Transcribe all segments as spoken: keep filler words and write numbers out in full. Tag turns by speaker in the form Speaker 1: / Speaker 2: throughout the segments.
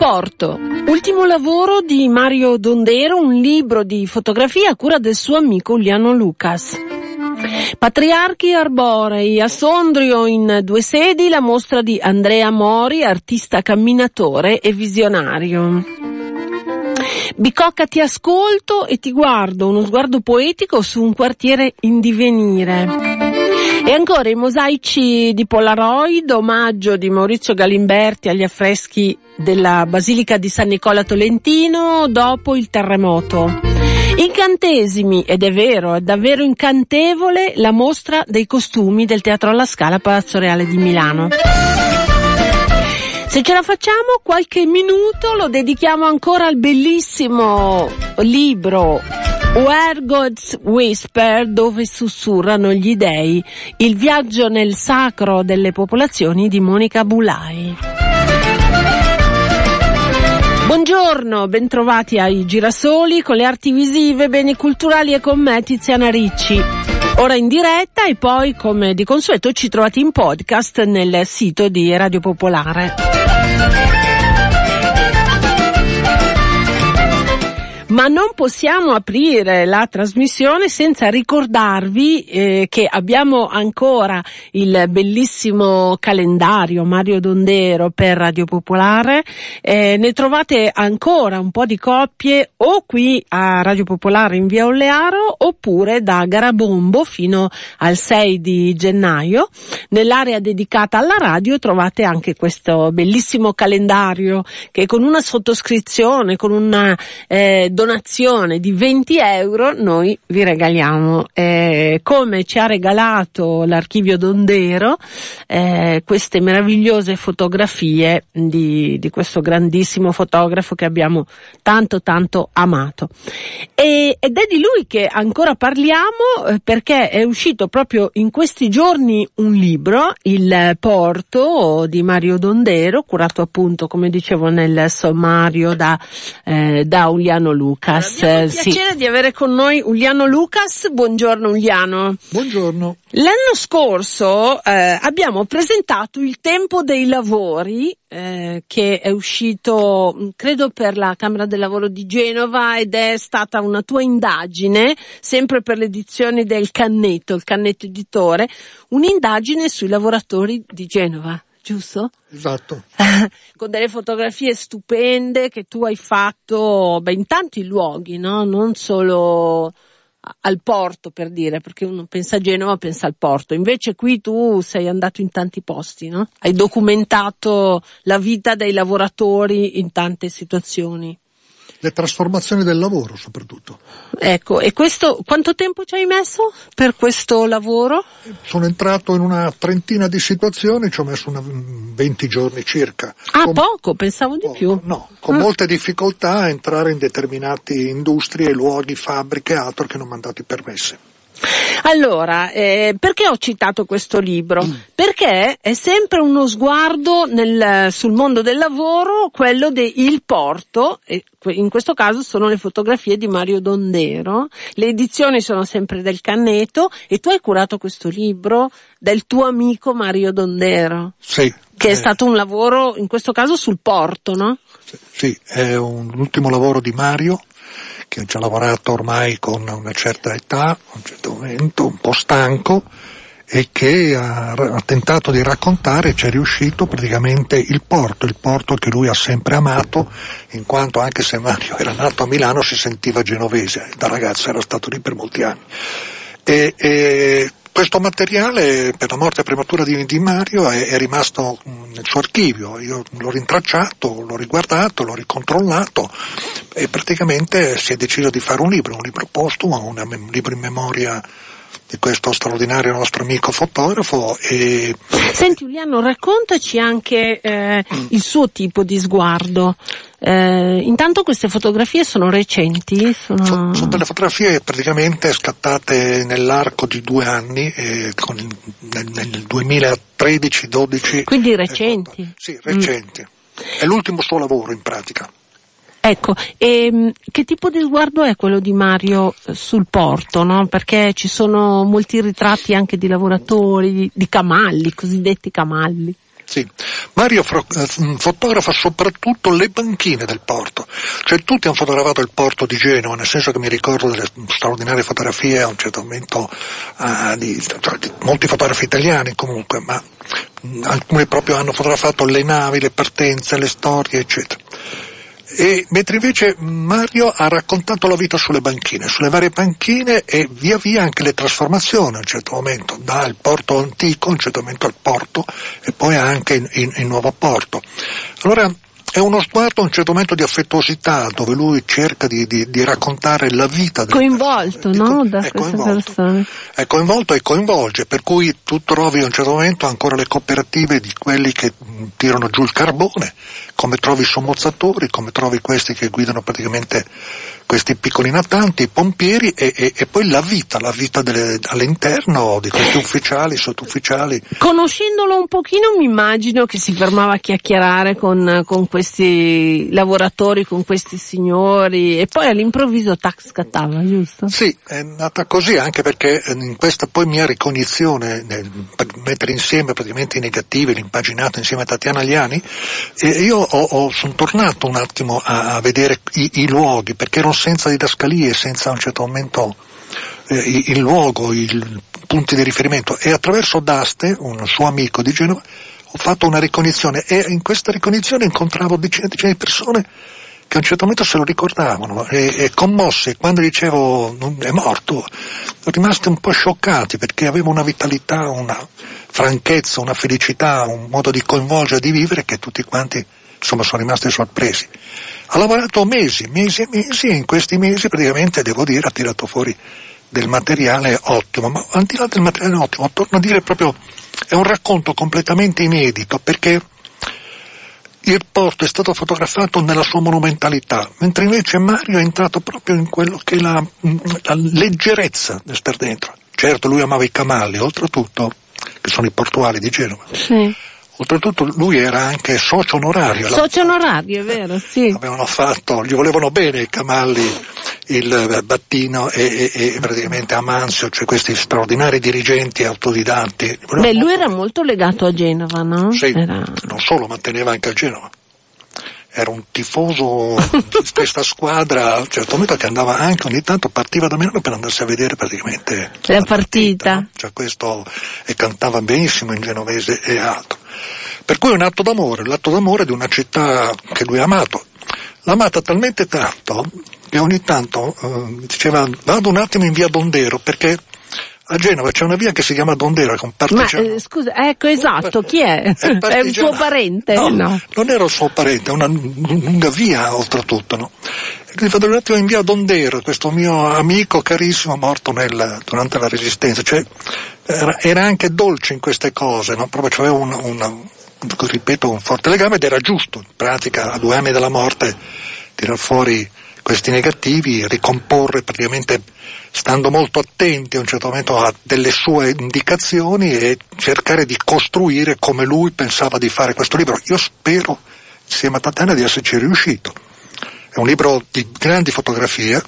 Speaker 1: Porto, ultimo lavoro di Mario Dondero, un libro di fotografia a cura del suo amico Uliano Lucas. Patriarchi arborei, a Sondrio in due sedi la mostra di Andrea Mori, artista camminatore e visionario. Bicocca ti ascolto e ti guardo, uno sguardo poetico su un quartiere in divenire. E ancora i mosaici di Polaroid, omaggio di Maurizio Galimberti agli affreschi della Basilica di San Nicola Tolentino dopo il terremoto. Incantesimi, ed è vero, è davvero incantevole la mostra dei costumi del Teatro alla Scala Palazzo Reale di Milano. Se ce la facciamo, qualche minuto lo dedichiamo ancora al bellissimo libro Where Gods Whisper, dove sussurrano gli dei, il viaggio nel sacro delle popolazioni di Monica Bulai. Buongiorno, bentrovati ai Girasoli con le arti visive, beni culturali e con me Tiziana Ricci. Ora in diretta e poi, come di consueto, ci trovate in podcast nel sito di Radio Popolare. Ma non possiamo aprire la trasmissione senza ricordarvi eh, che abbiamo ancora il bellissimo calendario Mario Dondero per Radio Popolare. Eh, ne trovate ancora un po' di copie o qui a Radio Popolare in via Ollearo oppure da Garabombo fino al sei di gennaio. Nell'area dedicata alla radio trovate anche questo bellissimo calendario che con una sottoscrizione, con una eh, donazione di venti euro noi vi regaliamo, eh, come ci ha regalato l'Archivio Dondero eh, queste meravigliose fotografie di, di questo grandissimo fotografo che abbiamo tanto tanto amato. E, ed è di lui che ancora parliamo eh, perché è uscito proprio in questi giorni un libro, Il Porto di Mario Dondero, curato appunto, come dicevo nel sommario, da, eh, da Uliano Lucas. Abbiamo il piacere sì. di avere con noi Uliano Lucas. Buongiorno Uliano.
Speaker 2: Buongiorno.
Speaker 1: L'anno scorso eh, abbiamo presentato Il Tempo dei Lavori, eh, che è uscito credo per la Camera del Lavoro di Genova ed è stata una tua indagine, sempre per le edizioni del Cannetto, il Cannetto Editore, un'indagine sui lavoratori di Genova. Giusto?
Speaker 2: Esatto.
Speaker 1: Con delle fotografie stupende che tu hai fatto beh, in tanti luoghi, no? Non solo al porto, per dire, perché uno pensa a Genova, pensa al porto. Invece qui tu sei andato in tanti posti, no? Hai documentato la vita dei lavoratori in tante situazioni.
Speaker 2: Le trasformazioni del lavoro soprattutto.
Speaker 1: Ecco, e questo quanto tempo ci hai messo per questo lavoro?
Speaker 2: Sono entrato in una trentina di situazioni, ci ho messo una venti giorni circa.
Speaker 1: Ah,
Speaker 2: con,
Speaker 1: poco, pensavo di
Speaker 2: poco,
Speaker 1: più.
Speaker 2: No, con ah. molte difficoltà a entrare in determinati industrie, luoghi, fabbriche e altro che non mi hanno dato i permessi.
Speaker 1: Allora, eh, perché ho citato questo libro? Mm. Perché è sempre uno sguardo nel, sul mondo del lavoro, quello del Il Porto, e in questo caso sono le fotografie di Mario Dondero, le edizioni sono sempre del Cannetto e tu hai curato questo libro del tuo amico Mario Dondero.
Speaker 2: Sì.
Speaker 1: Che
Speaker 2: eh.
Speaker 1: è stato un lavoro, in questo caso sul porto, no?
Speaker 2: Sì, sì, è un, l'ultimo lavoro di Mario, che ha già lavorato ormai con una certa età, a un certo momento, un po' stanco, e che ha, ha tentato di raccontare, ci è riuscito praticamente il porto, il porto che lui ha sempre amato, in quanto anche se Mario era nato a Milano si sentiva genovese, da ragazzo era stato lì per molti anni. E, e questo materiale, per la morte prematura di, di Mario, è, è rimasto nel suo archivio. Io l'ho rintracciato, l'ho riguardato, l'ho ricontrollato e praticamente si è deciso di fare un libro, un libro postumo, un, un libro in memoria di questo straordinario nostro amico fotografo. E
Speaker 1: senti Uliano, raccontaci anche eh, il suo tipo di sguardo. Eh, intanto queste fotografie sono recenti? Sono...
Speaker 2: sono, sono delle fotografie praticamente scattate nell'arco di due anni, eh, con il, nel, nel duemilatredici dodici.
Speaker 1: Quindi recenti?
Speaker 2: Eh, sì, recenti. Mm. È l'ultimo suo lavoro in pratica.
Speaker 1: Ecco, e che tipo di sguardo è quello di Mario sul porto, no? Perché ci sono molti ritratti anche di lavoratori, di, di camalli, cosiddetti camalli.
Speaker 2: Sì, Mario fro- fotografa soprattutto le banchine del porto, cioè tutti hanno fotografato il porto di Genova, nel senso che mi ricordo delle straordinarie fotografie a un certo momento uh, di, cioè, di molti fotografi italiani comunque, ma alcuni proprio hanno fotografato le navi, le partenze, le storie, eccetera. E mentre invece Mario ha raccontato la vita sulle banchine, sulle varie banchine e via via anche le trasformazioni a un certo momento, dal porto antico a un certo momento al porto e poi anche in, in, in nuovo porto. Allora è uno sguardo a un certo momento di affettuosità dove lui cerca di, di, di raccontare la vita del
Speaker 1: coinvolto, no? Da
Speaker 2: è
Speaker 1: queste
Speaker 2: coinvolto,
Speaker 1: persone.
Speaker 2: È coinvolto e coinvolge, per cui tu trovi a un certo momento ancora le cooperative di quelli che tirano giù il carbone, come trovi i sommozzatori, come trovi questi che guidano praticamente questi piccoli natanti, i pompieri e, e, e poi la vita, la vita delle, all'interno di questi ufficiali, sottufficiali.
Speaker 1: Conoscendolo un pochino mi immagino che si fermava a chiacchierare con, con questi lavoratori, con questi signori e poi all'improvviso tac scattava, giusto?
Speaker 2: Sì, è nata così anche perché in questa poi mia ricognizione, nel mettere insieme praticamente i negativi, l'impaginato insieme a Tatiana Agliani, e io ho, ho, sono tornato un attimo a, a vedere i, i luoghi, perché ero senza didascalie, senza a un certo momento eh, il luogo, i punti di riferimento, e attraverso Daste, un suo amico di Genova, ho fatto una ricognizione e in questa ricognizione incontravo decine e decine di persone che a un certo momento se lo ricordavano e, e commossi, quando dicevo non è morto, rimaste un po' scioccati perché aveva una vitalità, una franchezza, una felicità, un modo di coinvolgere, di vivere che tutti quanti insomma sono rimasti sorpresi. Ha lavorato mesi, mesi e mesi e in questi mesi praticamente, devo dire, ha tirato fuori del materiale ottimo, ma al di là del materiale ottimo, torno a dire proprio, è un racconto completamente inedito perché il porto è stato fotografato nella sua monumentalità, mentre invece Mario è entrato proprio in quello che è la, la leggerezza di star dentro. Certo, lui amava i camalli, oltretutto, che sono i portuali di Genova.
Speaker 1: Sì.
Speaker 2: Oltretutto lui era anche socio onorario.
Speaker 1: Socio onorario, è vero, sì.
Speaker 2: Avevano fatto, gli volevano bene i camalli, il Battino e, e, e praticamente Amanzio, cioè questi straordinari dirigenti autodidatti.
Speaker 1: Beh, lui era molto legato a Genova, no?
Speaker 2: Sì,
Speaker 1: era...
Speaker 2: non solo, ma teneva anche a Genova. Era un tifoso di questa squadra, a un certo momento che andava anche ogni tanto, partiva da Milano per andarsi a vedere praticamente
Speaker 1: la, la partita. partita no?
Speaker 2: Cioè questo, e cantava benissimo in genovese e altro. Per cui è un atto d'amore, l'atto d'amore di una città che lui ha amato. L'ha amata talmente tanto che ogni tanto eh, diceva vado un attimo in via Dondero perché a Genova c'è una via che si chiama Dondero, che è un partigiano.
Speaker 1: Ma eh, scusa, ecco esatto, chi è? È, è il suo parente?
Speaker 2: No,
Speaker 1: no,
Speaker 2: non era il suo parente, è una lunga via oltretutto, no? E quindi vado un attimo in via Dondero, questo mio amico carissimo morto nel, durante la Resistenza, cioè era, era anche dolce in queste cose, no? Proprio c'aveva un, un, ripeto, un forte legame ed era giusto, in pratica a due anni dalla morte, tirar fuori questi negativi, ricomporre praticamente stando molto attenti a un certo momento a delle sue indicazioni e cercare di costruire come lui pensava di fare questo libro. Io spero, insieme a Tatiana, di esserci riuscito. È un libro di grandi fotografie,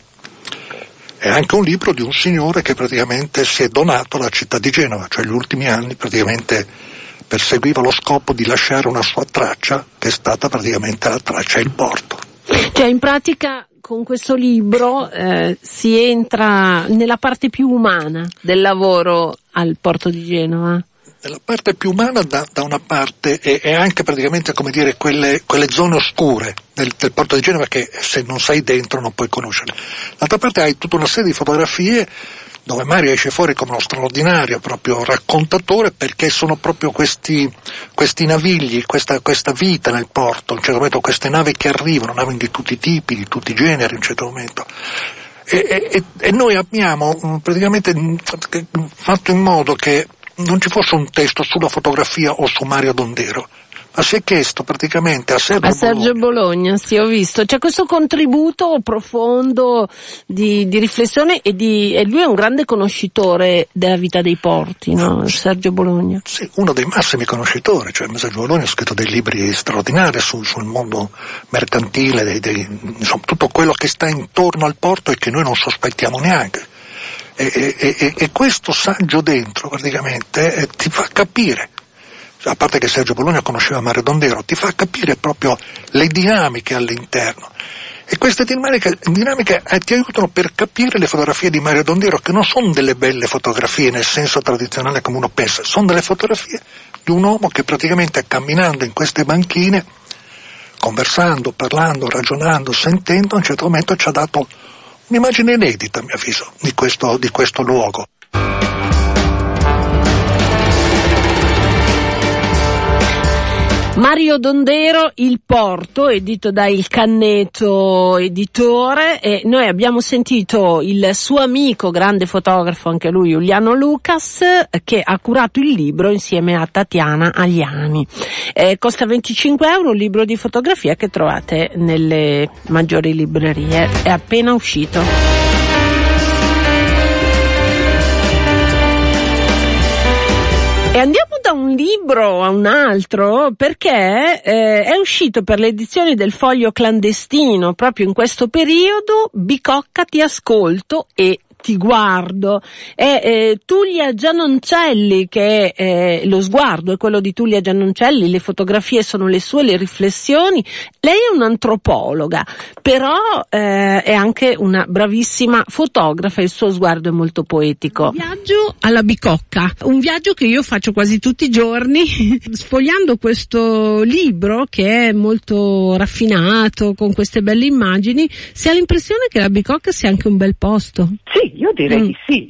Speaker 2: è anche un libro di un signore che praticamente si è donato alla città di Genova, cioè gli ultimi anni praticamente perseguiva lo scopo di lasciare una sua traccia, che è stata praticamente la traccia il porto.
Speaker 1: Cioè in pratica con questo libro eh, si entra nella parte più umana del lavoro al porto di Genova.
Speaker 2: Nella parte più umana da, da una parte e, e anche praticamente come dire quelle, quelle zone oscure del, del porto di Genova che se non sei dentro non puoi conoscere. D'altra parte hai tutta una serie di fotografie dove Mario esce fuori come uno straordinario proprio raccontatore perché sono proprio questi, questi navigli, questa, questa vita nel porto, a un certo momento queste navi che arrivano, navi di tutti i tipi, di tutti i generi, a un certo momento. E, e, e noi abbiamo praticamente fatto in modo che non ci fosse un testo sulla fotografia o su Mario Dondero, ma si è chiesto praticamente a Sergio,
Speaker 1: a Sergio Bologna. Bologna, sì, ho visto. C'è questo contributo profondo di, di riflessione e, di, e lui è un grande conoscitore della vita dei porti, no? Sì. Sergio Bologna.
Speaker 2: Sì, uno dei massimi conoscitori, cioè Sergio Bologna ha scritto dei libri straordinari su, sul mondo mercantile, dei, dei, insomma, tutto quello che sta intorno al porto e che noi non sospettiamo neanche. E, e, e, e questo saggio dentro praticamente eh, ti fa capire a parte che Sergio Bologna conosceva Mario Dondero, ti fa capire proprio le dinamiche all'interno. E queste dinamiche, dinamiche eh, ti aiutano per capire le fotografie di Mario Dondero, che non sono delle belle fotografie nel senso tradizionale come uno pensa, sono delle fotografie di un uomo che praticamente camminando in queste banchine, conversando, parlando, ragionando, sentendo, a un certo momento ci ha dato un'immagine inedita, a mio avviso, di questo, di questo luogo.
Speaker 1: Mario Dondero, Il Porto, edito da Il Canneto Editore, e noi abbiamo sentito il suo amico, grande fotografo anche lui, Giuliano Lucas, che ha curato il libro insieme a Tatiana Agliani. Eh, costa venticinque euro, un libro di fotografia che trovate nelle maggiori librerie, è appena uscito. E andiamo da un libro a un altro, perché eh, è uscito per le edizioni del Foglio Clandestino proprio in questo periodo Bicocca, ti ascolto e ti guardo. È eh, Tullia Giannoncelli, che è eh, lo sguardo è quello di Tullia Giannoncelli, le fotografie sono le sue, le riflessioni. Lei è un'antropologa, però eh, è anche una bravissima fotografa, il suo sguardo è molto poetico. Viaggio alla Bicocca, un viaggio che io faccio quasi tutti i giorni, sfogliando questo libro che è molto raffinato, con queste belle immagini, si ha l'impressione che la Bicocca sia anche un bel posto.
Speaker 3: Sì, io direi mm. di sì.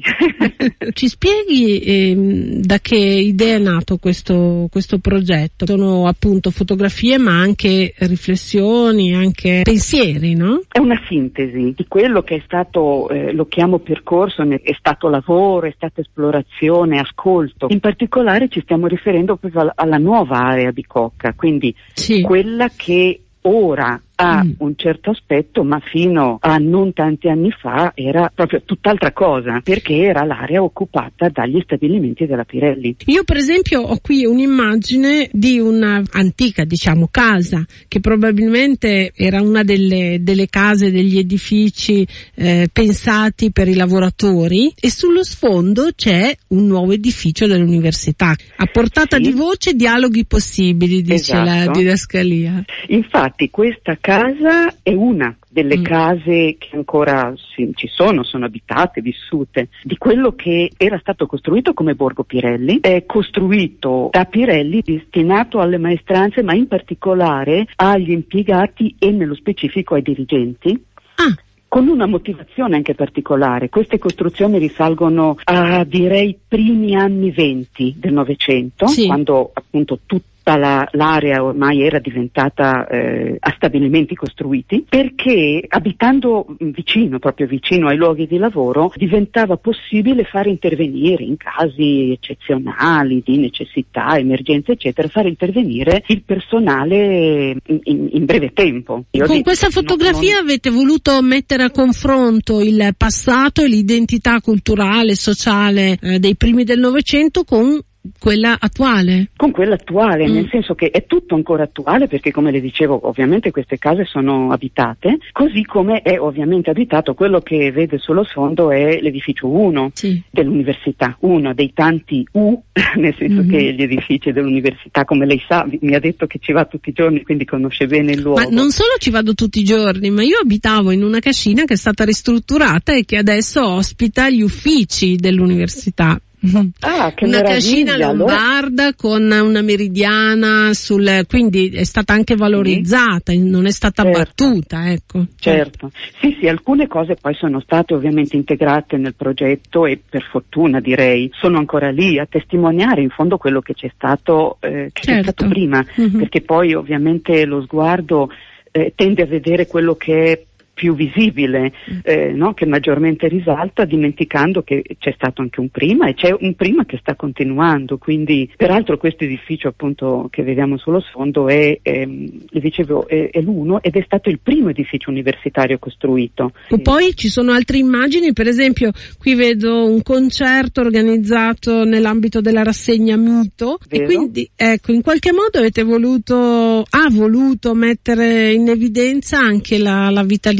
Speaker 1: Ci spieghi eh, da che idea è nato questo, questo progetto? Sono appunto fotografie ma anche riflessioni, anche pensieri, no?
Speaker 3: È una sintesi di quello che è stato, eh, lo chiamo percorso, è stato lavoro, è stata esplorazione, ascolto. In particolare ci stiamo riferendo proprio alla, alla nuova area Bicocca, quindi sì. Quella che ora ha mm. un certo aspetto, ma fino a non tanti anni fa era proprio tutt'altra cosa, perché era l'area occupata dagli stabilimenti della Pirelli.
Speaker 1: Io per esempio ho qui un'immagine di una antica, diciamo, casa, che probabilmente era una delle, delle case, degli edifici eh, pensati per i lavoratori, e sullo sfondo c'è un nuovo edificio dell'università. A portata sì. di voce, dialoghi possibili, dice esatto. la didascalia.
Speaker 3: Infatti questa casa casa è una delle mm. case che ancora sì, ci sono, sono abitate, vissute, di quello che era stato costruito come Borgo Pirelli, è costruito da Pirelli, destinato alle maestranze, ma in particolare agli impiegati e nello specifico ai dirigenti. Ah. Con una motivazione anche particolare. Queste costruzioni risalgono a, direi, primi anni venti del Novecento, sì. quando appunto tutto La, l'area ormai era diventata eh, a stabilimenti costruiti, perché abitando vicino, proprio vicino ai luoghi di lavoro, diventava possibile fare intervenire in casi eccezionali di necessità, emergenze eccetera, fare intervenire il personale in, in, in breve tempo. Io
Speaker 1: Con
Speaker 3: dico,
Speaker 1: questa fotografia non... avete voluto mettere a confronto il passato e l'identità culturale, sociale eh, dei primi del Novecento con quella attuale?
Speaker 3: Con quella attuale, mm. nel senso che è tutto ancora attuale, perché come le dicevo ovviamente queste case sono abitate, così come è ovviamente abitato quello che vede sullo sfondo è l'edificio uno sì. dell'università, uno dei tanti U, nel senso mm-hmm. che gli edifici dell'università, come lei sa, mi ha detto che ci va tutti i giorni, quindi conosce bene il luogo.
Speaker 1: Ma non solo ci vado tutti i giorni, ma io abitavo in una cascina che è stata ristrutturata e che adesso ospita gli uffici dell'università.
Speaker 3: Ah, che
Speaker 1: una cascina lombarda allora... con una meridiana sul, quindi è stata anche valorizzata, sì. non è stata certo. abbattuta, ecco.
Speaker 3: Certo. Sì, sì, alcune cose poi sono state ovviamente integrate nel progetto e per fortuna direi sono ancora lì a testimoniare in fondo quello che c'è stato, eh, che certo. c'è stato prima, mm-hmm. perché poi ovviamente lo sguardo eh, tende a vedere quello che è più visibile, eh, no? che maggiormente risalta, dimenticando che c'è stato anche un prima e c'è un prima che sta continuando, quindi peraltro questo edificio appunto che vediamo sullo sfondo è, ehm, le dicevo, è, è l'uno ed è stato il primo edificio universitario costruito.
Speaker 1: E poi ci sono altre immagini, per esempio qui vedo un concerto organizzato nell'ambito della rassegna Mito. Vero? E quindi ecco, in qualche modo avete voluto, ha voluto mettere in evidenza anche la, la vitalità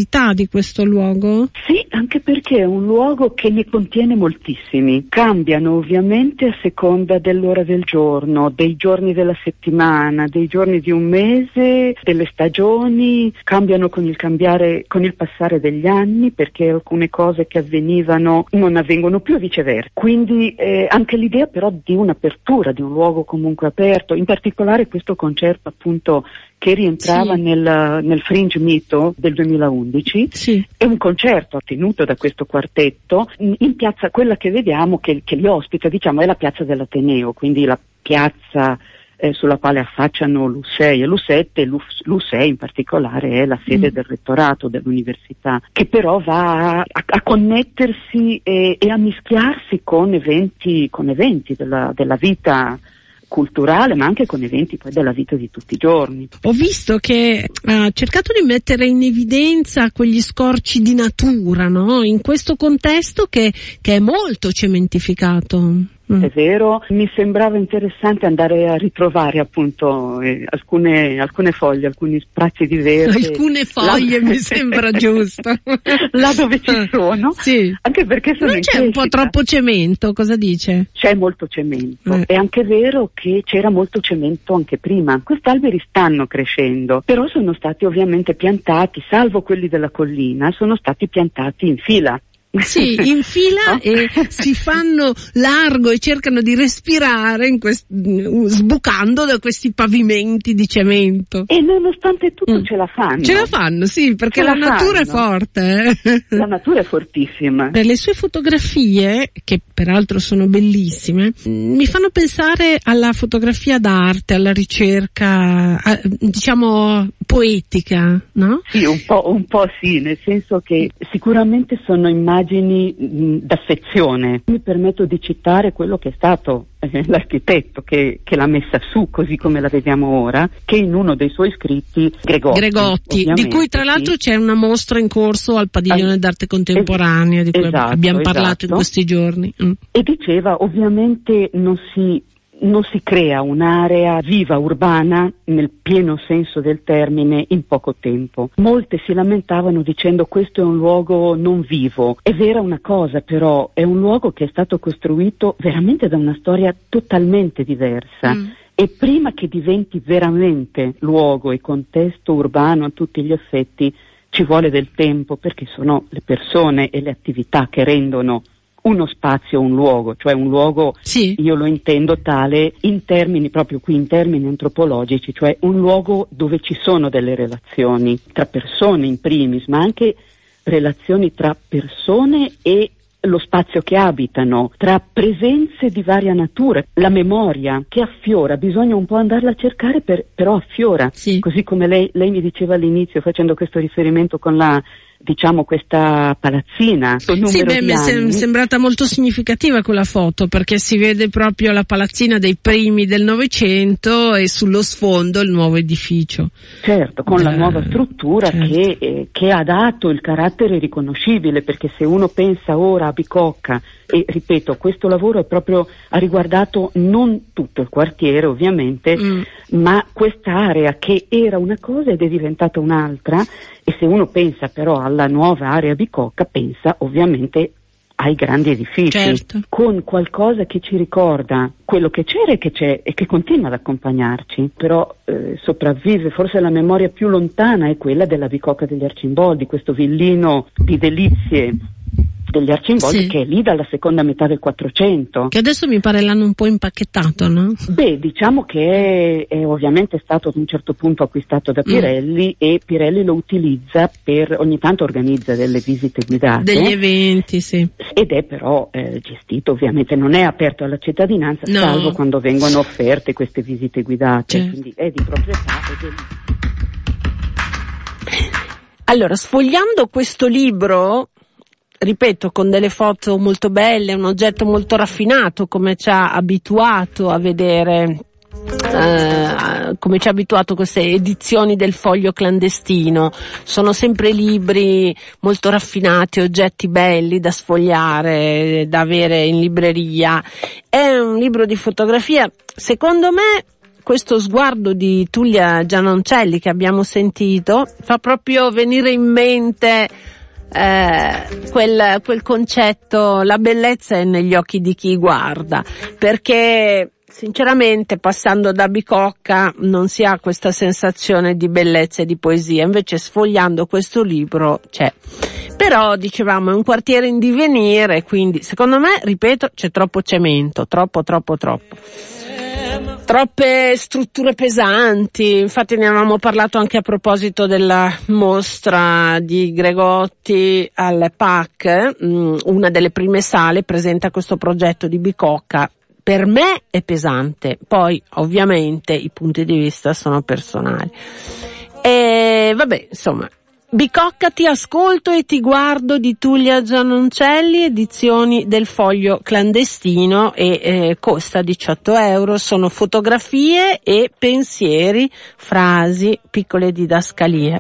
Speaker 1: personalità di questo luogo?
Speaker 3: Sì, anche perché è un luogo che ne contiene moltissimi. Cambiano ovviamente a seconda dell'ora del giorno, dei giorni della settimana, dei giorni di un mese, delle stagioni, cambiano con il cambiare, con il passare degli anni, perché alcune cose che avvenivano non avvengono più e viceversa. Quindi eh, anche l'idea però di un'apertura, di un luogo comunque aperto, in particolare questo concerto appunto che rientrava sì. nel, nel Fringe Mito del duemilaundici,
Speaker 1: sì.
Speaker 3: è un concerto tenuto da questo quartetto in piazza, quella che vediamo che, che li ospita, diciamo, è la piazza dell'Ateneo, quindi la piazza eh, sulla quale affacciano l'U sei e l'U sette, l'U sei in particolare è la sede mm. del rettorato dell'università, che però va a, a connettersi e, e a mischiarsi con eventi, con eventi della, della vita culturale, ma anche con eventi poi della vita di tutti i giorni.
Speaker 1: Ho visto che ha cercato di mettere in evidenza quegli scorci di natura, no? In questo contesto che, che è molto cementificato.
Speaker 3: È vero, mi sembrava interessante andare a ritrovare appunto eh, alcune, alcune foglie, alcuni sprazzi di verde.
Speaker 1: Alcune foglie là... mi sembra giusto.
Speaker 3: Là dove ci sono,
Speaker 1: sì.
Speaker 3: Anche perché sono
Speaker 1: non
Speaker 3: in
Speaker 1: c'è
Speaker 3: crescita.
Speaker 1: Un po' troppo cemento, cosa dice?
Speaker 3: C'è molto cemento,
Speaker 1: eh.
Speaker 3: È anche vero che c'era molto cemento anche prima. Questi alberi stanno crescendo, però sono stati ovviamente piantati, salvo quelli della collina, sono stati piantati in fila.
Speaker 1: Sì, in fila e si fanno largo e cercano di respirare in quest- sbucando da questi pavimenti di cemento.
Speaker 3: E nonostante tutto mm. ce la fanno.
Speaker 1: Ce la fanno, sì, perché ce la, la natura è forte. Eh?
Speaker 3: La natura è fortissima.
Speaker 1: Per le sue fotografie, che peraltro sono bellissime, mi fanno pensare alla fotografia d'arte, alla ricerca, a, diciamo, poetica, no?
Speaker 3: Sì, un po', un po' sì, nel senso che sicuramente sono immagini d'affezione. Mi permetto di citare quello che è stato eh, l'architetto che, che l'ha messa su così come la vediamo ora, che in uno dei suoi scritti, Gregotti,
Speaker 1: Gregotti di cui tra l'altro sì. c'è una mostra in corso al Padiglione ah, d'arte contemporanea, es- di cui esatto, abbiamo parlato esatto. in questi giorni. Mm.
Speaker 3: E diceva, ovviamente non si non si crea un'area viva urbana nel pieno senso del termine in poco tempo. Molte si lamentavano dicendo questo è un luogo non vivo. È vera una cosa però, è un luogo che è stato costruito veramente da una storia totalmente diversa. Mm. E prima che diventi veramente luogo e contesto urbano a tutti gli effetti ci vuole del tempo, perché sono le persone e le attività che rendono uno spazio, un luogo, cioè un luogo,
Speaker 1: sì.
Speaker 3: io lo intendo tale in termini, proprio qui in termini antropologici, cioè un luogo dove ci sono delle relazioni tra persone in primis, ma anche relazioni tra persone e lo spazio che abitano, tra presenze di varia natura, la memoria che affiora, bisogna un po' andarla a cercare, per, però affiora,
Speaker 1: sì.
Speaker 3: Così come lei, lei mi diceva all'inizio facendo questo riferimento con la diciamo questa palazzina.
Speaker 1: Sì, beh, mi è sembrata molto significativa quella foto, perché si vede proprio la palazzina dei primi del Novecento e sullo sfondo il nuovo edificio.
Speaker 3: Certo, con
Speaker 1: eh,
Speaker 3: la nuova struttura
Speaker 1: certo.
Speaker 3: che, eh, che ha dato il carattere riconoscibile, perché se uno pensa ora a Bicocca, e ripeto, questo lavoro è proprio, ha riguardato non tutto il quartiere ovviamente, mm. ma quest'area che era una cosa ed è diventata un'altra, e se uno pensa però alla nuova area Bicocca, pensa ovviamente ai grandi edifici,
Speaker 1: certo.
Speaker 3: con qualcosa che ci ricorda quello che c'era e che c'è e che continua ad accompagnarci, però eh, sopravvive, forse la memoria più lontana è quella della Bicocca degli Arcimboldi, questo villino di delizie degli Arcimboldi, sì. che è lì dalla seconda metà del Quattrocento.
Speaker 1: Che adesso mi pare l'hanno un po' impacchettato, no?
Speaker 3: Beh, diciamo che è, è ovviamente stato ad un certo punto acquistato da Pirelli mm. e Pirelli lo utilizza per, ogni tanto organizza delle visite guidate.
Speaker 1: Degli eventi, sì. Ed
Speaker 3: è però eh, gestito, ovviamente non è aperto alla cittadinanza, no. salvo quando vengono offerte queste visite guidate, certo. quindi è di proprietà ed è...
Speaker 1: Allora, sfogliando questo libro, ripeto, con delle foto molto belle, un oggetto molto raffinato, come ci ha abituato a vedere, eh, come ci ha abituato queste edizioni del Foglio clandestino. Sono sempre libri molto raffinati, oggetti belli da sfogliare, da avere in libreria. È un libro di fotografia, secondo me, questo sguardo di Tullia Gianoncelli che abbiamo sentito fa proprio venire in mente eh, quel, quel concetto, la bellezza è negli occhi di chi guarda, perché sinceramente passando da Bicocca non si ha questa sensazione di bellezza e di poesia, invece sfogliando questo libro c'è. Però dicevamo è un quartiere in divenire, quindi secondo me, ripeto, c'è troppo cemento, troppo troppo troppo. Troppe strutture pesanti, infatti ne avevamo parlato anche a proposito della mostra di Gregotti al P A C, una delle prime sale presenta questo progetto di Bicocca. Per me è pesante, poi ovviamente i punti di vista sono personali. E vabbè, insomma, Bicocca ti ascolto e ti guardo di Tullia Gianoncelli, edizioni del Foglio Clandestino, e eh, costa diciotto euro, sono fotografie e pensieri, frasi, piccole didascalie.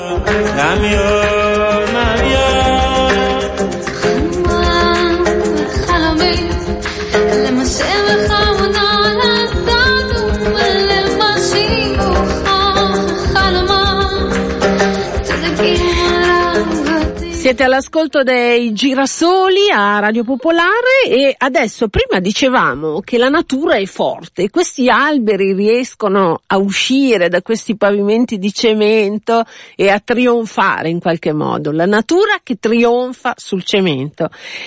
Speaker 1: Siete all'ascolto dei Girasoli a Radio Popolare e adesso, prima dicevamo che la natura è forte, questi alberi riescono a uscire da questi pavimenti di cemento e a trionfare in qualche modo, la natura che trionfa sul cemento.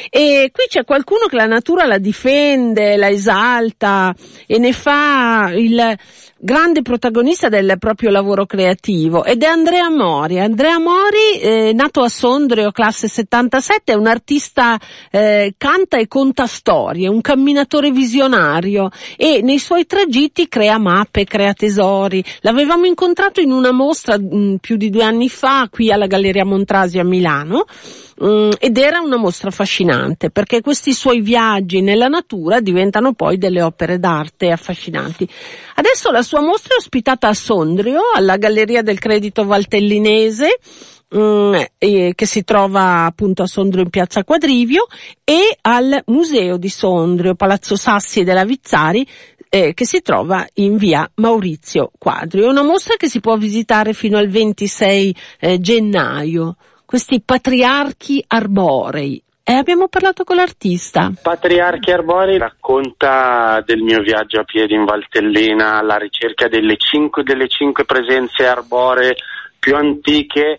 Speaker 1: E qui c'è qualcuno che la natura la difende, la esalta e ne fa il grande protagonista del proprio lavoro creativo, ed è Andrea Mori. Andrea Mori, eh, nato a Sondrio, classe settantasette, è un artista, eh, canta e conta storie, un camminatore visionario, e nei suoi tragitti crea mappe, crea tesori. L'avevamo incontrato in una mostra mh, più di due anni fa qui alla Galleria Montrasi a Milano. Mm, ed era una mostra affascinante perché questi suoi viaggi nella natura diventano poi delle opere d'arte affascinanti. Adesso la sua mostra è ospitata a Sondrio, alla Galleria del Credito Valtellinese, mm, eh, che si trova appunto a Sondrio in piazza Quadrivio, e al Museo di Sondrio, Palazzo Sassi della Vizzari, eh, che si trova in via Maurizio Quadrio. È una mostra che si può visitare fino al ventisei eh, gennaio. Questi patriarchi arborei. E abbiamo parlato con l'artista.
Speaker 4: Patriarchi arborei racconta del mio viaggio a piedi in Valtellina alla ricerca delle cinque, delle cinque presenze arboree più antiche.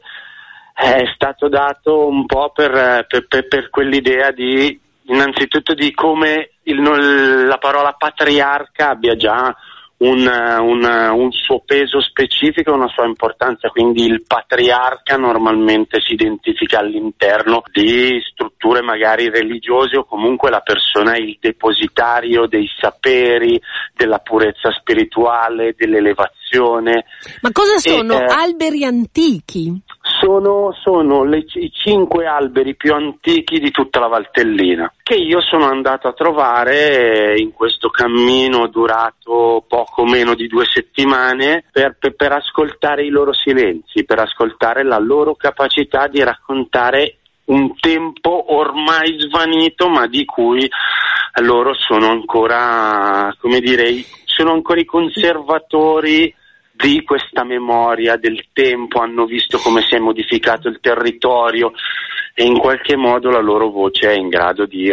Speaker 4: È stato dato un po' per, per, per, per quell'idea di, innanzitutto, di come il, la parola patriarca abbia già Un, un, un suo peso specifico, una sua importanza. Quindi il patriarca normalmente si identifica all'interno di strutture magari religiose, o comunque la persona è il depositario dei saperi, della purezza spirituale, dell'elevazione.
Speaker 1: Ma cosa sono?
Speaker 4: E, eh,
Speaker 1: alberi antichi?
Speaker 4: Sono, sono le, i cinque alberi più antichi di tutta la Valtellina, che io sono andato a trovare in questo cammino durato poco meno di due settimane per, per, per ascoltare i loro silenzi, per ascoltare la loro capacità di raccontare un tempo ormai svanito, ma di cui loro sono ancora, come dire, sono ancora i conservatori di questa memoria del tempo, hanno visto come si è modificato il territorio e in qualche modo la loro voce è in grado di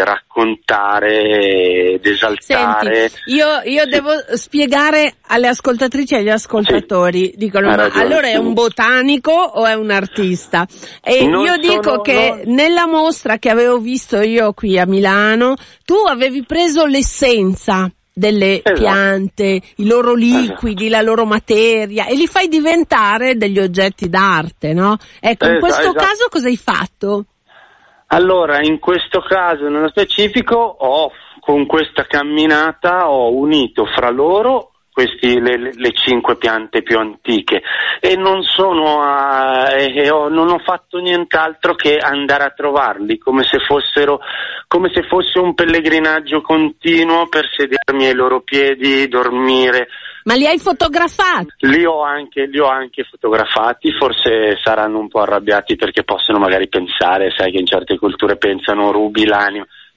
Speaker 4: raccontare ed esaltare.
Speaker 1: Senti, io, io sì. devo spiegare alle ascoltatrici e agli ascoltatori, sì. dicono ma ragione, allora è un botanico o è un artista? E non io dico sono, che no. nella mostra che avevo visto io qui a Milano tu avevi preso l'essenza delle esatto. piante, i loro liquidi, esatto. la loro materia, e li fai diventare degli oggetti d'arte, no? Ecco, in esatto, questo esatto. caso cosa hai fatto?
Speaker 4: Allora, in questo caso, nello specifico, ho, con questa camminata, ho unito fra loro questi, le, le cinque piante più antiche, e non sono a, e ho, non ho fatto nient'altro che andare a trovarli, come se fossero, come se fosse un pellegrinaggio continuo per sedermi ai loro piedi, dormire.
Speaker 1: Ma li hai fotografati?
Speaker 4: Li ho anche, li ho anche fotografati, forse saranno un po' arrabbiati perché possono magari pensare, sai che in certe culture pensano rubi l'anima,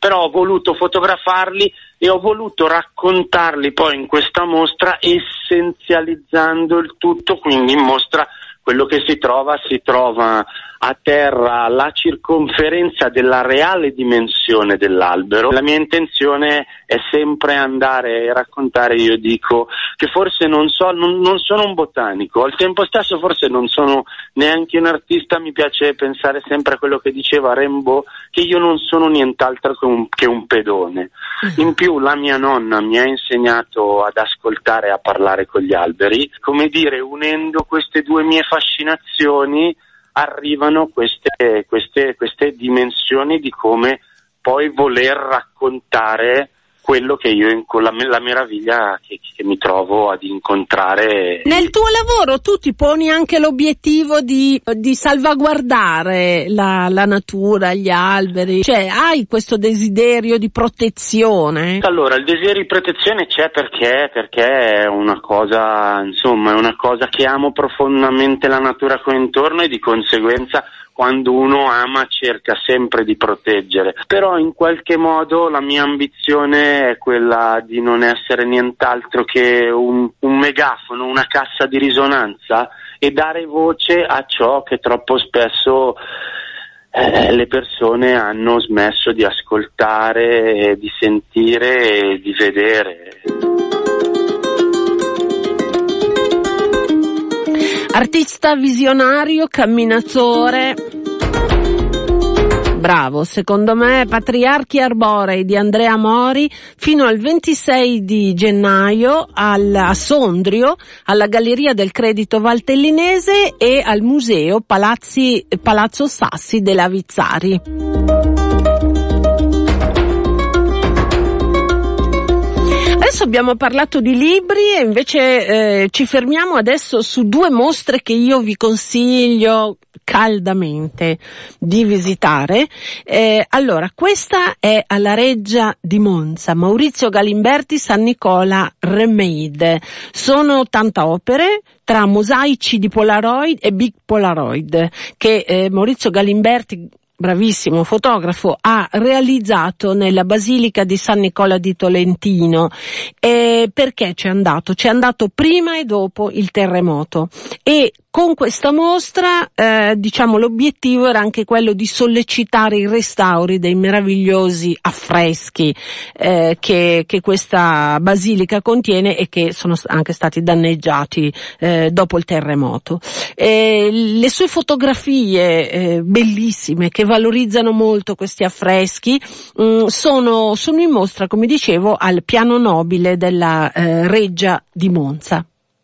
Speaker 4: però ho voluto fotografarli e ho voluto raccontarli poi in questa mostra, essenzializzando il tutto, quindi in mostra quello che si trova, si trova a terra la circonferenza della reale dimensione dell'albero. La mia intenzione è sempre andare e raccontare, io dico, che forse non so, non, non sono un botanico, al tempo stesso forse non sono neanche un artista, mi piace pensare sempre a quello che diceva Rimbaud, che io non sono nient'altro che un, che un pedone. In più la mia nonna mi ha insegnato ad ascoltare e a parlare con gli alberi, come dire, unendo queste due mie fascinazioni arrivano queste, queste, queste dimensioni di come poi voler raccontare quello che io, con la, la meraviglia che, che mi trovo ad incontrare.
Speaker 1: Nel tuo lavoro tu ti poni anche l'obiettivo di, di salvaguardare la, la natura, gli alberi, cioè hai questo desiderio di protezione?
Speaker 4: Allora, il desiderio di protezione c'è perché, perché è una cosa, insomma, è una cosa che amo profondamente la natura qua intorno e di conseguenza quando uno ama cerca sempre di proteggere, però in qualche modo la mia ambizione è quella di non essere nient'altro che un, un megafono, una cassa di risonanza e dare voce a ciò che troppo spesso eh, le persone hanno smesso di ascoltare, di sentire e di vedere.
Speaker 1: Artista visionario, camminatore, bravo, secondo me, Patriarchi Arborei di Andrea Mori fino al ventisei di gennaio al, a Sondrio, alla Galleria del Credito Valtellinese e al Museo Palazzi, Palazzo Sassi della Vizzari. Adesso abbiamo parlato di libri e invece eh, ci fermiamo adesso su due mostre che io vi consiglio caldamente di visitare. Eh, allora, questa è alla Reggia di Monza, Maurizio Galimberti, San Nicola Remade. Sono ottanta opere tra mosaici di Polaroid e Big Polaroid che eh, Maurizio Galimberti, bravissimo fotografo, ha realizzato nella Basilica di San Nicola di Tolentino. E perché c'è andato? C'è andato prima e dopo il terremoto e con questa mostra eh, diciamo l'obiettivo era anche quello di sollecitare i restauri dei meravigliosi affreschi eh, che, che questa basilica contiene e che sono anche stati danneggiati eh, dopo il terremoto. E le sue fotografie eh, bellissime che valorizzano molto questi affreschi mh, sono, sono in mostra, come dicevo, al piano nobile della eh, Reggia di Monza.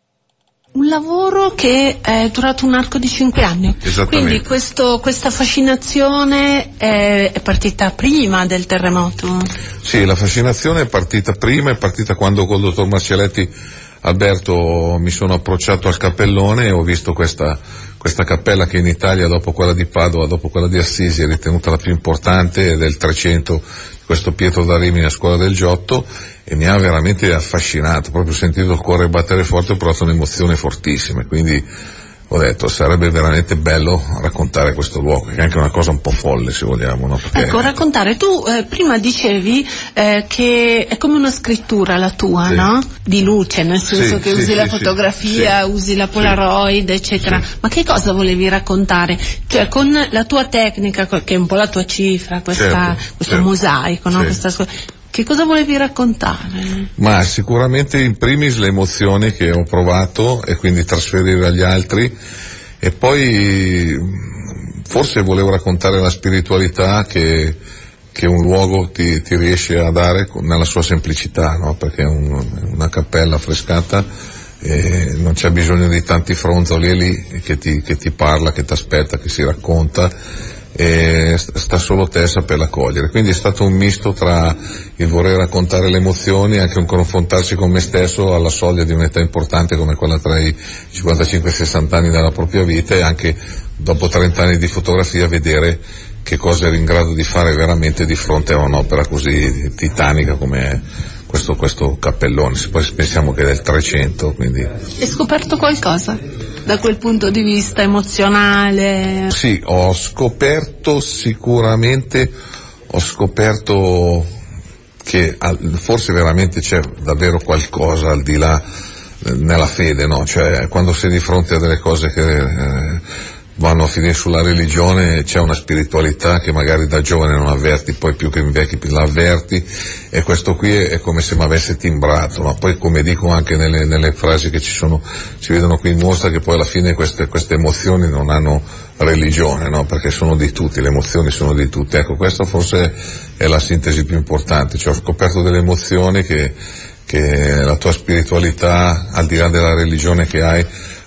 Speaker 5: Un lavoro che è durato un arco di cinque anni. Quindi questo, questa fascinazione è, è partita prima del terremoto?
Speaker 6: Sì, la fascinazione è partita prima, è partita quando col dottor Marcialetti Alberto mi sono approcciato al cappellone e ho visto questa, questa cappella che in Italia, dopo quella di Padova, dopo quella di Assisi, è ritenuta la più importante, del trecento, questo Pietro da Rimini a Scuola del Giotto, e mi ha veramente affascinato, proprio sentito il cuore battere forte, ho provato un'emozione fortissima, quindi ho detto sarebbe veramente bello raccontare questo luogo, che è anche una cosa un po' folle se vogliamo, no? Perché...
Speaker 5: Ecco, raccontare, tu eh, prima dicevi eh, che è come una scrittura la tua, sì, no? Di luce, nel senso
Speaker 6: sì,
Speaker 5: che
Speaker 6: sì,
Speaker 5: usi
Speaker 6: sì,
Speaker 5: la
Speaker 6: sì,
Speaker 5: fotografia,
Speaker 6: sì,
Speaker 5: usi la Polaroid, sì, eccetera, sì. Ma che cosa volevi raccontare? Cioè con la tua tecnica, che è un po' la tua cifra, questa,
Speaker 6: certo,
Speaker 5: questo
Speaker 6: certo,
Speaker 5: mosaico, no?
Speaker 6: Sì.
Speaker 5: Questa, che cosa volevi raccontare?
Speaker 6: Ma sicuramente in primis le emozioni che ho provato e quindi trasferire agli altri, e poi forse volevo raccontare la spiritualità che, che un luogo ti, ti riesce a dare nella sua semplicità, no? Perché è un, una cappella affrescata e non c'è bisogno di tanti fronzoli, è lì che ti, che ti parla, che ti aspetta, che si racconta, e sta solo te a saperla cogliere. Quindi è stato un misto tra il voler raccontare le emozioni e anche un confrontarsi con me stesso alla soglia di un'età importante come quella tra i cinquantacinque e i sessanta anni della propria vita, e anche dopo trenta anni di fotografia vedere che cosa ero in grado di fare veramente di fronte a un'opera così titanica come è questo, questo cappellone. Poi pensiamo che è del trecento, quindi...
Speaker 5: Hai scoperto qualcosa da quel punto di vista emozionale?
Speaker 6: Sì, ho scoperto sicuramente, ho scoperto che forse veramente c'è davvero qualcosa al di là nella fede, no? Cioè, quando sei di fronte a delle cose che eh, vanno a finire sulla religione, c'è una spiritualità che magari da giovane non avverti, poi più che invecchi la avverti, e questo qui è, è come se mi avesse timbrato, no? Poi, come dico anche nelle, nelle frasi che ci sono, si vedono qui in mostra, che poi alla fine queste, queste emozioni non hanno religione, no? Perché sono di tutti, le emozioni sono di tutti. Ecco, questa forse è la sintesi più importante, cioè ho scoperto delle emozioni che, che la tua spiritualità, al di là della religione che hai,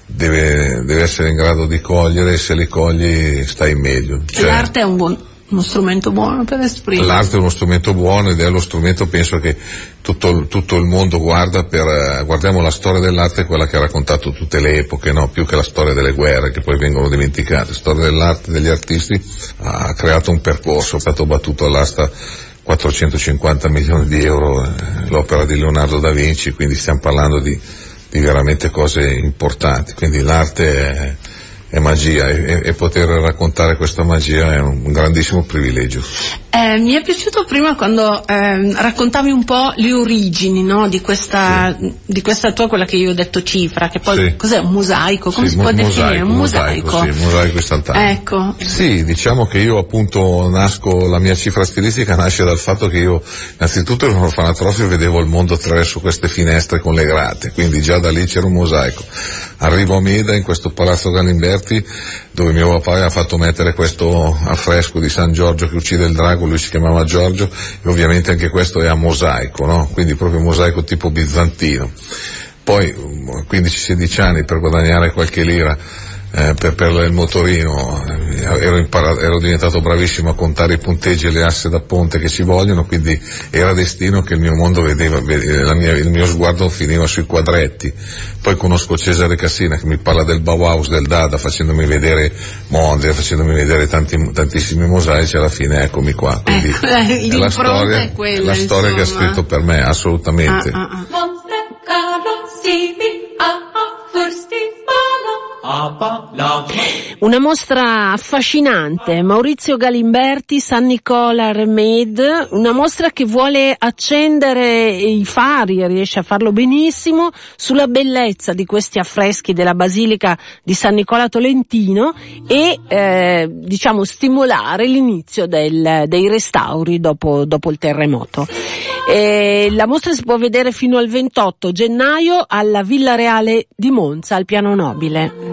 Speaker 6: Deve, deve essere in grado di cogliere, e se li cogli stai meglio. Cioè,
Speaker 5: l'arte è un buon, uno strumento buono per esprimere.
Speaker 6: L'arte è uno strumento buono, ed è lo strumento, penso, che tutto, tutto il mondo guarda per, guardiamo la storia dell'arte, quella che ha raccontato tutte le epoche, no? Più che la storia delle guerre che poi vengono dimenticate. La storia dell'arte, degli artisti, ha creato un percorso, è stato battuto all'asta quattrocentocinquanta milioni di euro, eh, l'opera di Leonardo da Vinci, quindi stiamo parlando di di veramente cose importanti, quindi l'arte è, è magia, e, e poter raccontare questa magia è un, un grandissimo privilegio.
Speaker 5: Eh, mi è piaciuto prima quando eh, raccontavi un po' le origini, no, di questa sì. di questa tua, quella che io ho detto cifra, che poi sì. Cos'è, un mosaico? Come sì, si può mosaico, definire? Un mosaico?
Speaker 6: mosaico? Sì, mosaico istantaneo.
Speaker 5: Ecco.
Speaker 6: Sì, diciamo che io appunto nasco, la mia cifra stilistica nasce dal fatto che io innanzitutto ero un orfanatrofio e vedevo il mondo attraverso queste finestre con le grate, quindi già da lì c'era un mosaico. Arrivo a Meda, in questo palazzo Galimberti, dove mio papà aveva fatto mettere questo affresco di San Giorgio che uccide il drago, lui si chiamava Giorgio, e ovviamente anche questo è a mosaico, no? Quindi proprio mosaico tipo bizantino. Poi quindici sedici anni per guadagnare qualche lira eh, per, per il motorino, eh, ero, imparato, ero diventato bravissimo a contare i punteggi e le asse da ponte che ci vogliono, quindi era destino che il mio mondo vedeva, la mia, il mio sguardo finiva sui quadretti. Poi conosco Cesare Cassina che mi parla del Bauhaus, del Dada, facendomi vedere Monza, facendomi vedere tanti, tantissimi mosaici, alla fine eccomi qua. Quindi
Speaker 5: eh,
Speaker 6: è la storia,
Speaker 5: è quella,
Speaker 6: la storia che ha scritto per me, assolutamente.
Speaker 5: Ah, ah, ah.
Speaker 1: Una mostra affascinante, Maurizio Galimberti, San Nicola Remade, una mostra che vuole accendere i fari, e riesce a farlo benissimo, sulla bellezza di questi affreschi della Basilica di San Nicola Tolentino, e eh, diciamo stimolare l'inizio del, dei restauri dopo, dopo il terremoto. E la mostra si può vedere fino al ventotto gennaio alla Villa Reale di Monza, al piano nobile.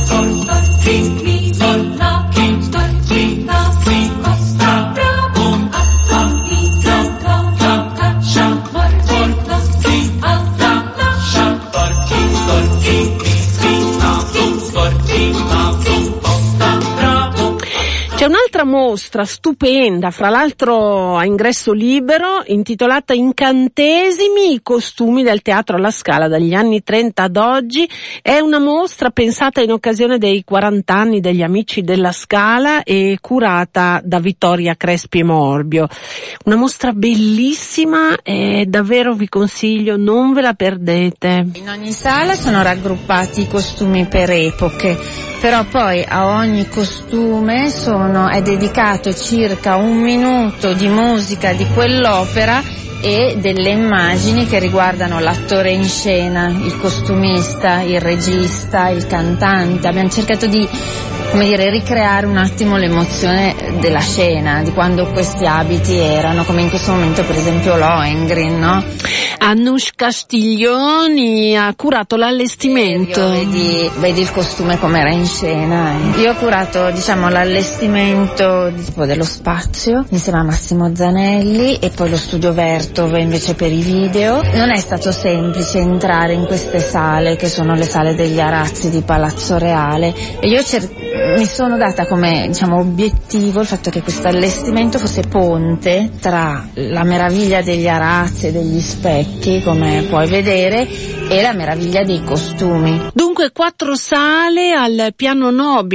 Speaker 1: C'è un'altra mostra stupenda, fra l'altro a ingresso libero, intitolata Incantesimi, i costumi del teatro alla Scala dagli anni trenta ad oggi. È una mostra pensata in occasione dei quaranta anni degli Amici della Scala e curata da Vittoria Crespi Morbio. Una mostra bellissima e davvero vi consiglio, non ve la perdete.
Speaker 7: In ogni sala sono raggruppati i costumi per epoche, però poi a ogni costume sono è dedicato circa un minuto di musica di quell'opera e delle immagini che riguardano l'attore in scena, il costumista, il regista, il cantante. Abbiamo cercato di, come dire, ricreare un attimo l'emozione della scena, di quando questi abiti erano, come in questo momento per esempio Lohengrin, no?
Speaker 1: Annush Castiglioni ha curato l'allestimento.
Speaker 7: Vedi, vedi il costume come era in scena. Eh. Io ho curato, diciamo, l'allestimento tipo dello spazio insieme a Massimo Zanelli, e poi lo studio Vertov invece per i video. Non è stato semplice entrare in queste sale, che sono le sale degli Arazzi di Palazzo Reale, e io cer- mi sono data come, diciamo, obiettivo il fatto che questo allestimento fosse ponte tra la meraviglia degli Arazzi e degli specchi, come puoi vedere, e la meraviglia dei costumi.
Speaker 1: Dunque quattro sale al piano nobile,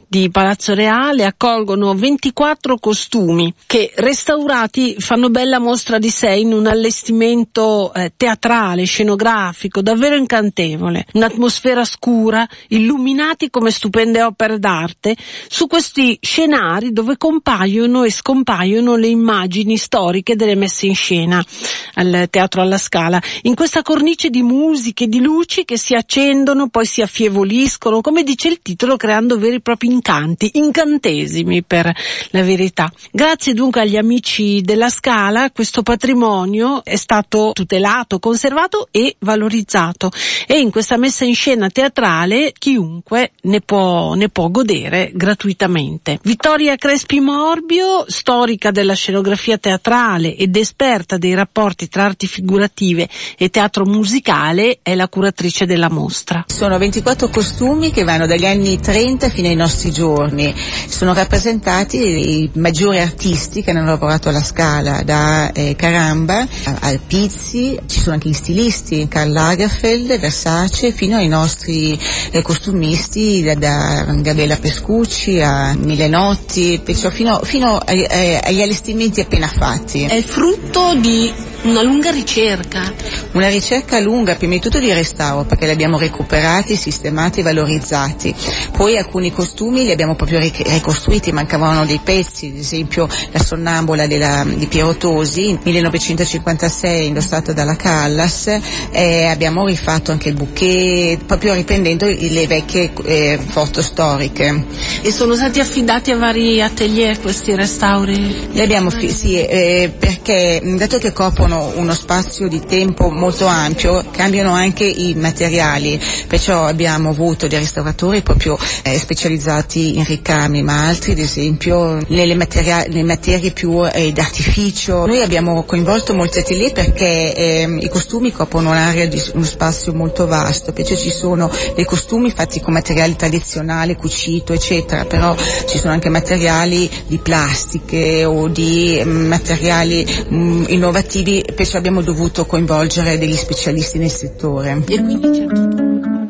Speaker 1: di Palazzo Reale accolgono ventiquattro costumi che, restaurati, fanno bella mostra di sé in un allestimento eh, teatrale, scenografico, davvero incantevole. Un'atmosfera scura, illuminati come stupende opere d'arte, su questi scenari dove compaiono e scompaiono le immagini storiche delle messe in scena al Teatro alla Scala, in questa cornice di musiche e di luci che si accendono, poi si affievoliscono, come dice il titolo, creando veri e propri incanti, incantesimi per la verità. Grazie dunque agli amici della Scala, questo patrimonio è stato tutelato, conservato e valorizzato, e in questa messa in scena teatrale chiunque ne può, ne può godere gratuitamente. Vittoria Crespi Morbio, storica della scenografia teatrale ed esperta dei rapporti tra arti figurative e teatro musicale, è la curatrice della mostra.
Speaker 8: Sono ventiquattro costumi che vanno dagli anni trenta fino ai nostri giorni. Sono rappresentati i maggiori artisti che hanno lavorato alla Scala, da eh, Caramba al Pizzi, ci sono anche gli stilisti, Karl Lagerfeld, Versace, fino ai nostri eh, costumisti, da, da Gabriela Pescucci a Milenotti, perciò fino, fino ai, ai, agli allestimenti appena fatti.
Speaker 5: È frutto di una lunga ricerca.
Speaker 8: Una ricerca lunga, prima di tutto di restauro, perché li abbiamo recuperati, sistemati e valorizzati. Poi alcuni costumi li abbiamo proprio ricostruiti, mancavano dei pezzi, ad esempio la sonnambola della, di Piero Tosi, millenovecentocinquantasei, indossata dalla Callas, e abbiamo rifatto anche il bouquet, proprio riprendendo le vecchie eh, foto storiche.
Speaker 5: E sono stati affidati a vari atelier questi restauri?
Speaker 8: Li abbiamo, fi- sì, eh, perché dato che coprono uno spazio di tempo molto ampio, cambiano anche i materiali, perciò abbiamo avuto dei restauratori proprio eh, specializzati in ricami, ma altri ad esempio nelle, materia- nelle materie più eh, d'artificio. Noi abbiamo coinvolto molti atelier perché eh, i costumi coprono un'area di uno spazio molto vasto, perciò ci sono dei costumi fatti con materiali tradizionali, cucito eccetera, però ci sono anche materiali di plastiche o di mh, materiali mh, innovativi, perciò abbiamo dovuto coinvolgere degli specialisti nel settore.
Speaker 5: E quindi c'è tutto.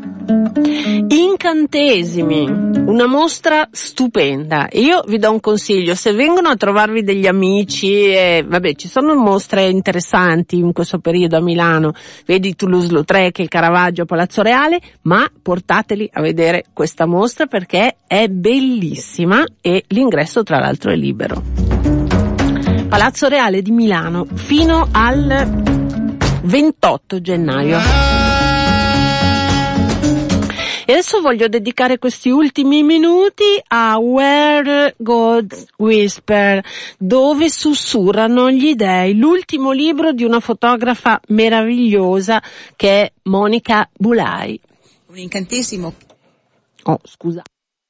Speaker 1: Incantesimi, una mostra stupenda. Io vi do un consiglio: se vengono a trovarvi degli amici, e vabbè, ci sono mostre interessanti in questo periodo a Milano, vedi Toulouse-Lautrec, il Caravaggio, Palazzo Reale, ma portateli a vedere questa mostra perché è bellissima e l'ingresso tra l'altro è libero. Palazzo Reale di Milano fino al ventotto gennaio. E adesso voglio dedicare questi ultimi minuti a Where Gods Whisper, dove sussurrano gli dei, l'ultimo libro di una fotografa meravigliosa che è Monica Bulai.
Speaker 8: Un incantesimo.
Speaker 1: Oh, scusa.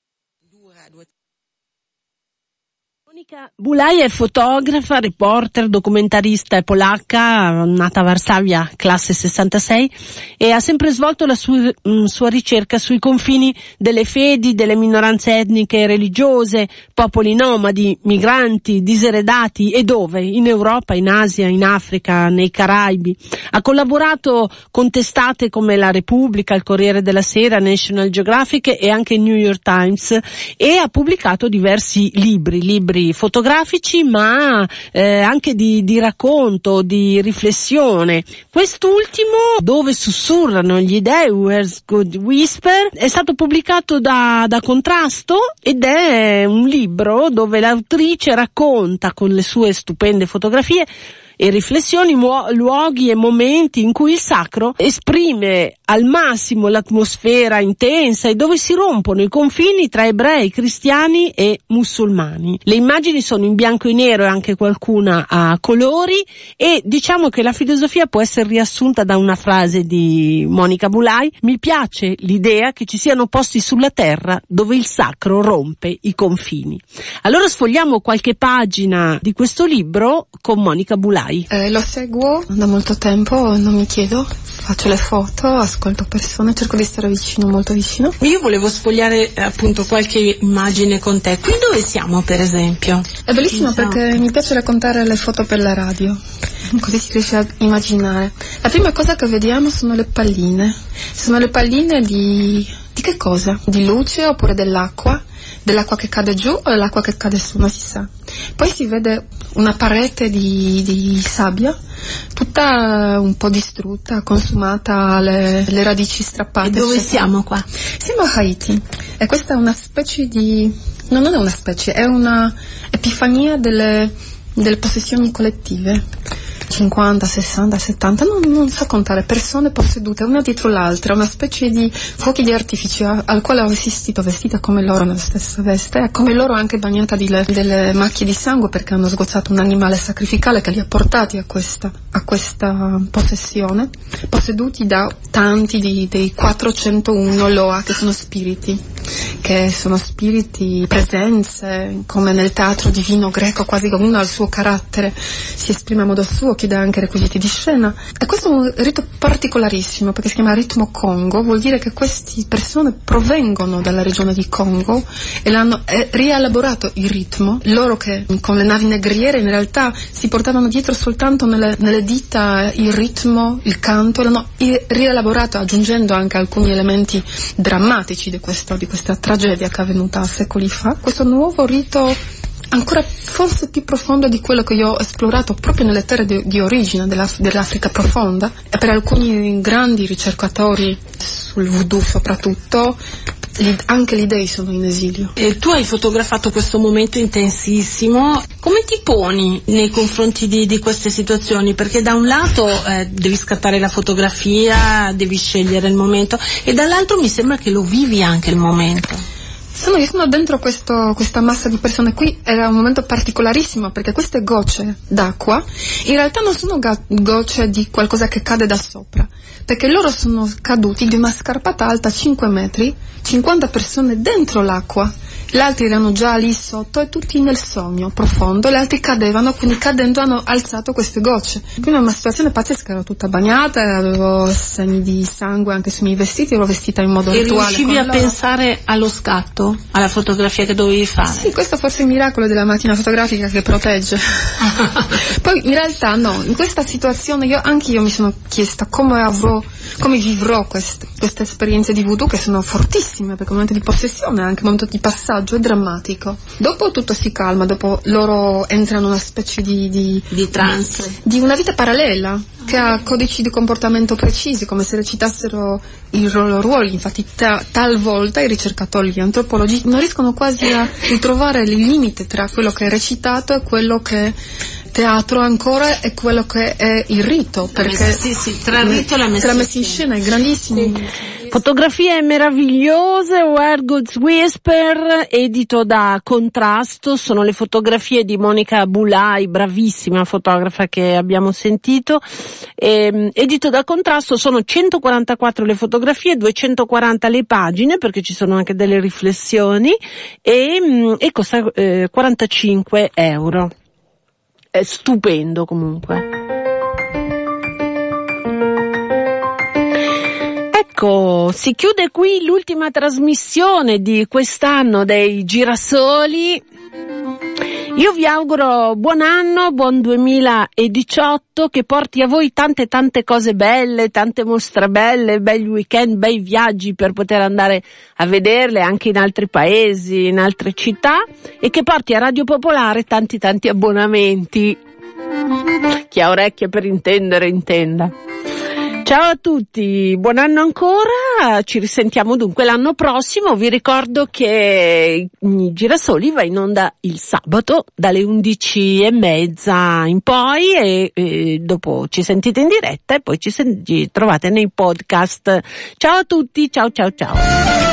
Speaker 1: Monica Bulai è fotografa, reporter, documentarista e polacca, nata a Varsavia, classe sessantasei, e ha sempre svolto la sua, mh, sua ricerca sui confini delle fedi, delle minoranze etniche e religiose, popoli nomadi, migranti, diseredati, e dove? In Europa, in Asia, in Africa, nei Caraibi. Ha collaborato con testate come La Repubblica, il Corriere della Sera, National Geographic e anche il New York Times, e ha pubblicato diversi libri, libri fotografici ma eh, anche di, di racconto, di riflessione. Quest'ultimo, Dove sussurrano gli dei, Where's Good Whisper, è stato pubblicato da, da Contrasto ed è un libro dove l'autrice racconta con le sue stupende fotografie e riflessioni, muo- luoghi e momenti in cui il sacro esprime al massimo l'atmosfera intensa e dove si rompono i confini tra ebrei, cristiani e musulmani. Le immagini sono in bianco e nero e anche qualcuna a colori, e diciamo che la filosofia può essere riassunta da una frase di Monica Bulai: mi piace l'idea che ci siano posti sulla terra dove il sacro rompe i confini. Allora sfogliamo qualche pagina di questo libro con Monica Bulai.
Speaker 9: Eh, lo seguo da molto tempo, non mi chiedo, faccio le foto, ascolto persone, cerco di stare vicino, molto vicino.
Speaker 5: Io volevo sfogliare eh, appunto qualche immagine con te. Qui dove siamo, per esempio?
Speaker 9: È bellissimo perché mi piace raccontare le foto per la radio, così si riesce a immaginare. La prima cosa che vediamo sono le palline. Sono le palline di... di che cosa? Di luce oppure dell'acqua? dell'acqua che cade giù o dell'acqua che cade su, non si sa. Poi si vede una parete di, di sabbia, tutta un po' distrutta, consumata, le, le radici strappate.
Speaker 5: E dove
Speaker 9: eccetera.
Speaker 5: siamo qua?
Speaker 9: Siamo a Haiti e questa è una specie di... no, non è una specie, è una epifania delle, delle possessioni collettive. cinquanta, sessanta, settanta, non, non so contare, persone possedute una dietro l'altra, una specie di fuochi di artificio al quale ho assistito vestita come loro nella stessa veste, e come loro anche bagnata di le, delle macchie di sangue, perché hanno sgozzato un animale sacrificale che li ha portati a questa, a questa possessione, posseduti da tanti di, dei quattrocentouno Loa, che sono spiriti, che sono spiriti, presenze, come nel teatro divino greco, quasi ognuno ha il suo carattere, si esprime a modo suo, chiede anche requisiti di scena. E questo è un rito particolarissimo, perché si chiama ritmo Congo, vuol dire che queste persone provengono dalla regione di Congo e l'hanno eh, rielaborato il ritmo, loro che con le navi negriere in realtà si portavano dietro soltanto nelle, nelle dita il ritmo, il canto, l'hanno rielaborato aggiungendo anche alcuni elementi drammatici di, questo, di questa tragedia che è avvenuta secoli fa. Questo nuovo rito ancora forse più profondo di quello che io ho esplorato proprio nelle terre di, di origine dell'Af- dell'Africa profonda, e per alcuni grandi ricercatori sul voodoo soprattutto gli, anche gli dei sono in esilio.
Speaker 5: E tu hai fotografato questo momento intensissimo, come ti poni nei confronti di, di queste situazioni? Perché da un lato eh, devi scattare la fotografia, devi scegliere il momento, e dall'altro mi sembra che lo vivi anche il momento.
Speaker 9: Sono, io sono dentro questo, questa massa di persone. Qui era un momento particolarissimo, perché queste gocce d'acqua in realtà non sono ga- gocce di qualcosa che cade da sopra, perché loro sono caduti di una scarpata alta cinque metri, cinquanta persone dentro l'acqua. Gli altri erano già lì sotto e tutti nel sogno profondo, gli altri cadevano, quindi cadendo hanno alzato queste gocce. Quindi è una situazione pazzesca, ero tutta bagnata, avevo segni di sangue anche sui miei vestiti, ero vestita in modo
Speaker 5: e
Speaker 9: rituale.
Speaker 5: E riuscivi a
Speaker 9: loro.
Speaker 5: pensare allo scatto, alla fotografia che dovevi fare?
Speaker 9: Sì, questo forse è il miracolo della macchina fotografica che protegge. Poi in realtà no, in questa situazione io anche io mi sono chiesta come avrò, come vivrò queste, queste esperienze di voodoo, che sono fortissime, perché è un momento di possessione, anche un momento di passaggio, è drammatico. Dopo tutto si calma, dopo loro entrano in una specie di di,
Speaker 5: di trance,
Speaker 9: di una vita parallela che ha codici di comportamento precisi, come se recitassero i loro ruoli. Infatti ta, talvolta i ricercatori, gli antropologi non riescono quasi a ritrovare il limite tra quello che è recitato e quello che è teatro ancora e quello che è il rito, perché
Speaker 5: messa, sì, sì, tra il rito e la messa,
Speaker 9: la messa in scena è grandissimo. Sì.
Speaker 1: Fotografie meravigliose, Where Goods Whisper, edito da Contrasto, sono le fotografie di Monica Bulai, bravissima fotografa che abbiamo sentito, e, edito da Contrasto, sono centoquarantaquattro le fotografie, duecentoquaranta le pagine, perché ci sono anche delle riflessioni, e, e costa eh, quarantacinque euro. È stupendo comunque. Ecco, si chiude qui l'ultima trasmissione di quest'anno dei Girasoli. Io vi auguro buon anno, buon duemiladiciotto, che porti a voi tante tante cose belle, tante mostre belle, belli weekend, bei viaggi per poter andare a vederle anche in altri paesi, in altre città, e che porti a Radio Popolare tanti tanti abbonamenti. Chi ha orecchie per intendere, intenda. Ciao a tutti, buon anno ancora, ci risentiamo dunque l'anno prossimo. Vi ricordo che i Girasoli va in onda il sabato dalle undici e mezza in poi, e, e dopo ci sentite in diretta e poi ci, sen- ci trovate nei podcast. Ciao a tutti, ciao ciao ciao.